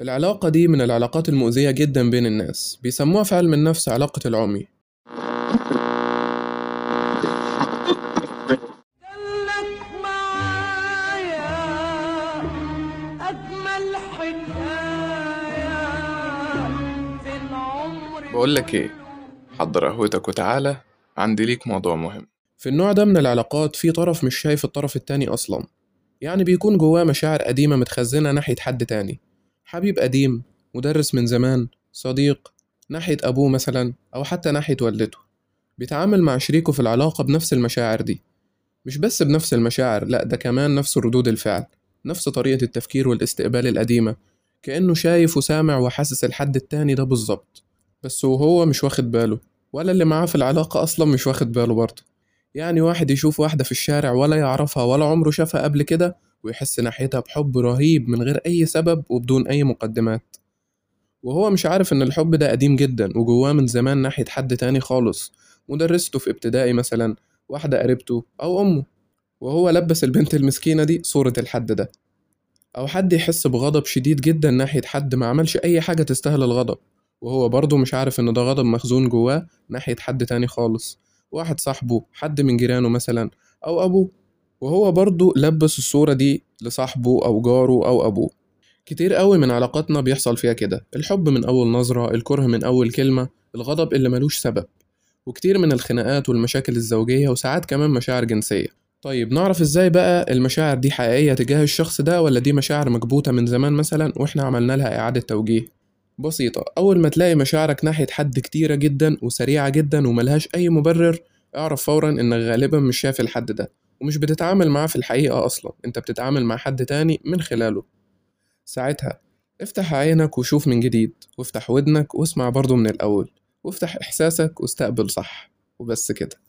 العلاقة دي من العلاقات المؤذية جدا بين الناس، بيسموها في علم النفس علاقة العمي. خلك معايا أجمل حكاية في العمر بقولك ايه، حضر قهوتك وتعالى، عندي ليك موضوع مهم. في النوع ده من العلاقات في طرف مش شايف الطرف التاني أصلا، يعني بيكون جواه مشاعر قديمة متخزنة ناحية حد تاني، حبيب قديم، مدرس من زمان، صديق، ناحية أبوه مثلا أو حتى ناحية والدته. بيتعامل مع شريكه في العلاقة بنفس المشاعر دي، مش بس بنفس المشاعر، لأ ده كمان نفس ردود الفعل، نفس طريقة التفكير والاستقبال القديمة، كأنه شايف وسامع وحاسس الحد التاني ده بالظبط، بس وهو مش واخد باله، ولا اللي معاه في العلاقة أصلا مش واخد باله برضه. يعني واحد يشوف واحدة في الشارع ولا يعرفها ولا عمره شافها قبل كده، ويحس ناحيتها بحب رهيب من غير أي سبب وبدون أي مقدمات، وهو مش عارف إن الحب ده قديم جدا وجواه من زمان ناحية حد تاني خالص، مدرسته في ابتدائي مثلا، واحدة قريبته أو أمه، وهو لبس البنت المسكينة دي صورة الحد ده. أو حد يحس بغضب شديد جدا ناحية حد ما عملش أي حاجة تستاهل الغضب، وهو برضه مش عارف إن ده غضب مخزون جواه ناحية حد تاني خالص، واحد صاحبه، حد من جيرانه مثلا، أو أبوه، وهو برضه لبس الصورة دي لصاحبه أو جاره أو أبوه. كتير قوي من علاقاتنا بيحصل فيها كده، الحب من أول نظرة، الكره من أول كلمة، الغضب اللي ملوش سبب، وكتير من الخناقات والمشاكل الزوجية وساعات كمان مشاعر جنسية. طيب نعرف ازاي بقى المشاعر دي حقيقية تجاه الشخص ده ولا دي مشاعر مكبوتة من زمان مثلا واحنا عملنا لها إعادة توجيه؟ بسيطة، أول ما تلاقي مشاعرك ناحية حد كتيرة جدا وسريعة جدا وملهاش أي مبرر، اعرف فورا إنك غالبا مش شايف الحد ده، ومش بتتعامل معاه في الحقيقة أصلا، انت بتتعامل مع حد تاني من خلاله. ساعتها افتح عينك وشوف من جديد، وافتح ودنك واسمع برضو من الأول، وافتح إحساسك واستقبل صح، وبس كده.